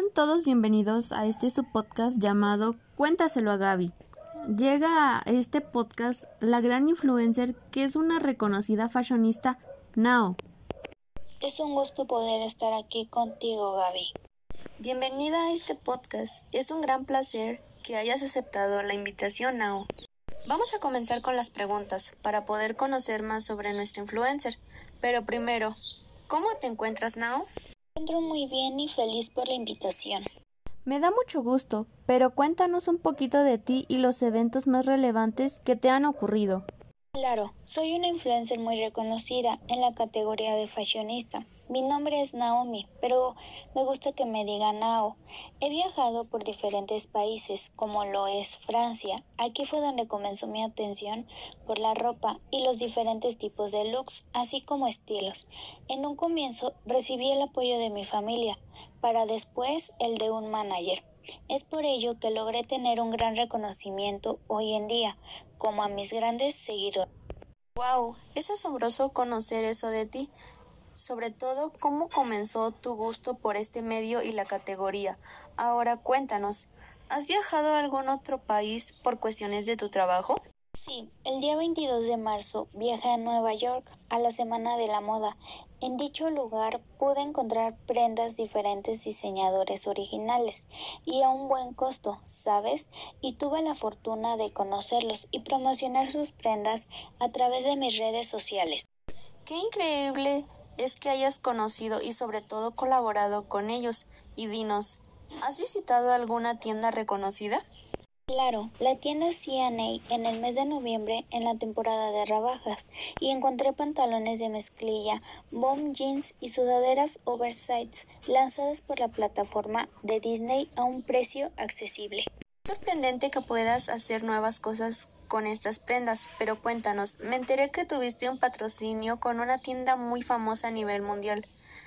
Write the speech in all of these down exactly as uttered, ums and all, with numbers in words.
todos bienvenidos a este subpodcast llamado Cuéntaselo a Gaby. Llega a este podcast la gran influencer que es una reconocida fashionista, Nao. Es un gusto poder estar aquí contigo, Gaby. Bienvenida a este podcast. Es un gran placer que hayas aceptado la invitación, Nao. Vamos a comenzar con las preguntas para poder conocer más sobre nuestra influencer. Pero primero, ¿cómo te encuentras, Nao? Me encuentro muy bien y feliz por la invitación. Me da mucho gusto, pero cuéntanos un poquito de ti y los eventos más relevantes que te han ocurrido. Claro, soy una influencer muy reconocida en la categoría de fashionista. Mi nombre es Naomi, pero me gusta que me digan Nao. He viajado por diferentes países, como lo es Francia. Aquí fue donde comenzó mi atención por la ropa y los diferentes tipos de looks, así como estilos. En un comienzo recibí el apoyo de mi familia, para después el de un manager. Es por ello que logré tener un gran reconocimiento hoy en día, como a mis grandes seguidores. Wow, es asombroso conocer eso de ti. Sobre todo, ¿cómo comenzó tu gusto por este medio y la categoría? Ahora cuéntanos, ¿has viajado a algún otro país por cuestiones de tu trabajo? Sí, el día veintidós de marzo viajé a Nueva York a la Semana de la Moda. En dicho lugar pude encontrar prendas diferentes diseñadores originales y a un buen costo, ¿sabes? Y tuve la fortuna de conocerlos y promocionar sus prendas a través de mis redes sociales. ¡Qué increíble es que hayas conocido y sobre todo colaborado con ellos! Y dinos, ¿has visitado alguna tienda reconocida? Claro, la tienda C and A en el mes de noviembre en la temporada de rebajas y encontré pantalones de mezclilla, bomb jeans y sudaderas oversize lanzadas por la plataforma de Disney a un precio accesible. Es sorprendente que puedas hacer nuevas cosas con estas prendas, pero cuéntanos, me enteré que tuviste un patrocinio con una tienda muy famosa a nivel mundial.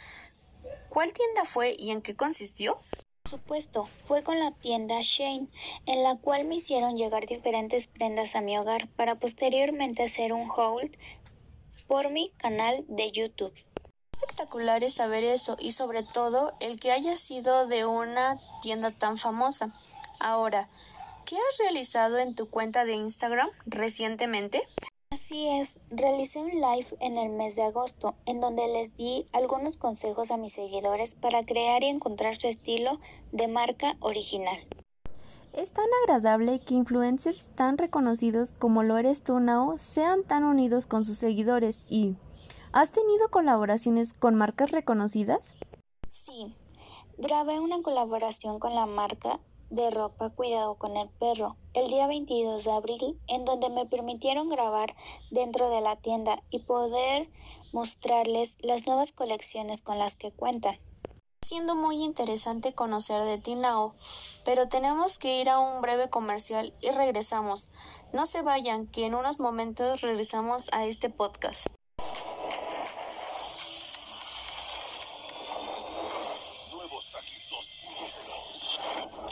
¿Cuál tienda fue y en qué consistió? Por supuesto, fue con la tienda Shein, en la cual me hicieron llegar diferentes prendas a mi hogar para posteriormente hacer un haul por mi canal de YouTube. Espectacular es saber eso y sobre todo el que haya sido de una tienda tan famosa. Ahora, ¿qué has realizado en tu cuenta de Instagram recientemente? Así es, realicé un live en el mes de agosto, en donde les di algunos consejos a mis seguidores para crear y encontrar su estilo de marca original. Es tan agradable que influencers tan reconocidos como lo eres tú, Nao, sean tan unidos con sus seguidores y... ¿has tenido colaboraciones con marcas reconocidas? Sí, grabé una colaboración con la marca de ropa Cuidado con el Perro el día veintidós de abril, en donde me permitieron grabar dentro de la tienda y poder mostrarles las nuevas colecciones con las que cuentan. Siendo muy interesante conocer de ti, Nao, pero tenemos que ir a un breve comercial y regresamos. No se vayan, que en unos momentos regresamos a este podcast. Nuevos Takis dos punto cero.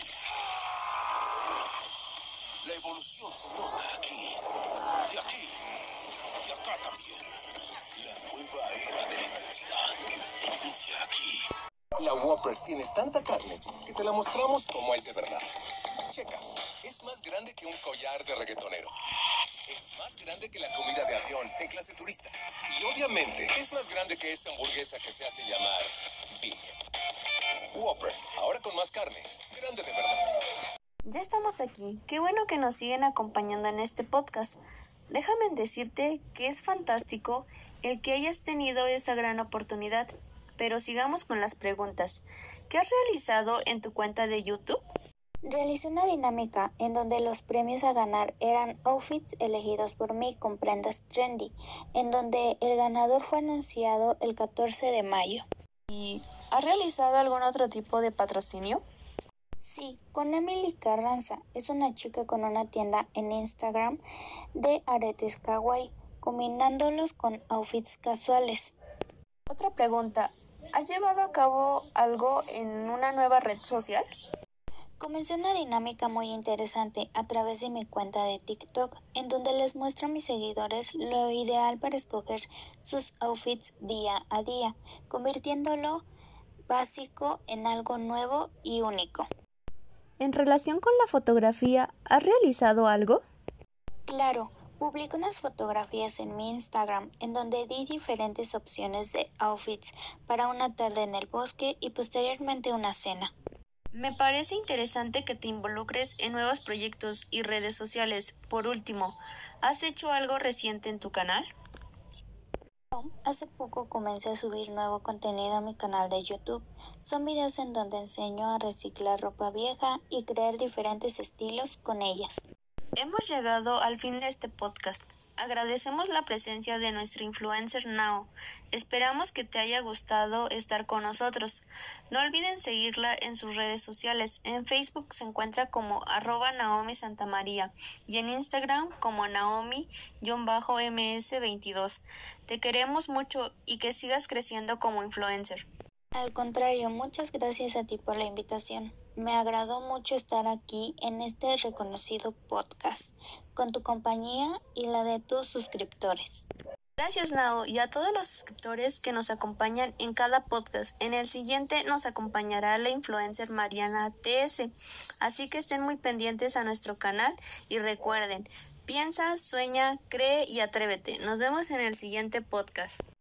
La evolución se nota aquí, y aquí, y acá también. La nueva era de la intensidad inicia aquí. La Whopper tiene tanta carne que te la mostramos como es de verdad. Checa, es más grande que un collar de reggaetonero. Es más grande que la comida de avión en clase turista. Y obviamente es más grande que esa hamburguesa que se hace llamar Big. Whopper, ahora con más carne, grande de verdad. Ya estamos aquí. Qué bueno que nos siguen acompañando en este podcast. Déjame decirte que es fantástico el que hayas tenido esa gran oportunidad. Pero sigamos con las preguntas. ¿Qué has realizado en tu cuenta de YouTube? Realicé una dinámica en donde los premios a ganar eran outfits elegidos por mí con prendas trendy, en donde el ganador fue anunciado el catorce de mayo. ¿Y has realizado algún otro tipo de patrocinio? Sí, con Emily Carranza. Es una chica con una tienda en Instagram de aretes kawaii, combinándolos con outfits casuales. Otra pregunta. ¿Has llevado a cabo algo en una nueva red social? Comencé una dinámica muy interesante a través de mi cuenta de TikTok, en donde les muestro a mis seguidores lo ideal para escoger sus outfits día a día, convirtiéndolo básico en algo nuevo y único. En relación con la fotografía, ¿has realizado algo? Claro, publico unas fotografías en mi Instagram en donde di diferentes opciones de outfits para una tarde en el bosque y posteriormente una cena. Me parece interesante que te involucres en nuevos proyectos y redes sociales. Por último, ¿has hecho algo reciente en tu canal? Hace poco comencé a subir nuevo contenido a mi canal de YouTube. Son videos en donde enseño a reciclar ropa vieja y crear diferentes estilos con ellas. Hemos llegado al fin de este podcast. Agradecemos la presencia de nuestra influencer Nao. Esperamos que te haya gustado estar con nosotros. No olviden seguirla en sus redes sociales. En Facebook se encuentra como arroba Naomi Santamaría y en Instagram como Naomi-M S veintidós. Te queremos mucho y que sigas creciendo como influencer. Al contrario, muchas gracias a ti por la invitación. Me agradó mucho estar aquí en este reconocido podcast, con tu compañía y la de tus suscriptores. Gracias, Nao, y a todos los suscriptores que nos acompañan en cada podcast. En el siguiente nos acompañará la influencer Mariana T S, así que estén muy pendientes a nuestro canal y recuerden, piensa, sueña, cree y atrévete. Nos vemos en el siguiente podcast.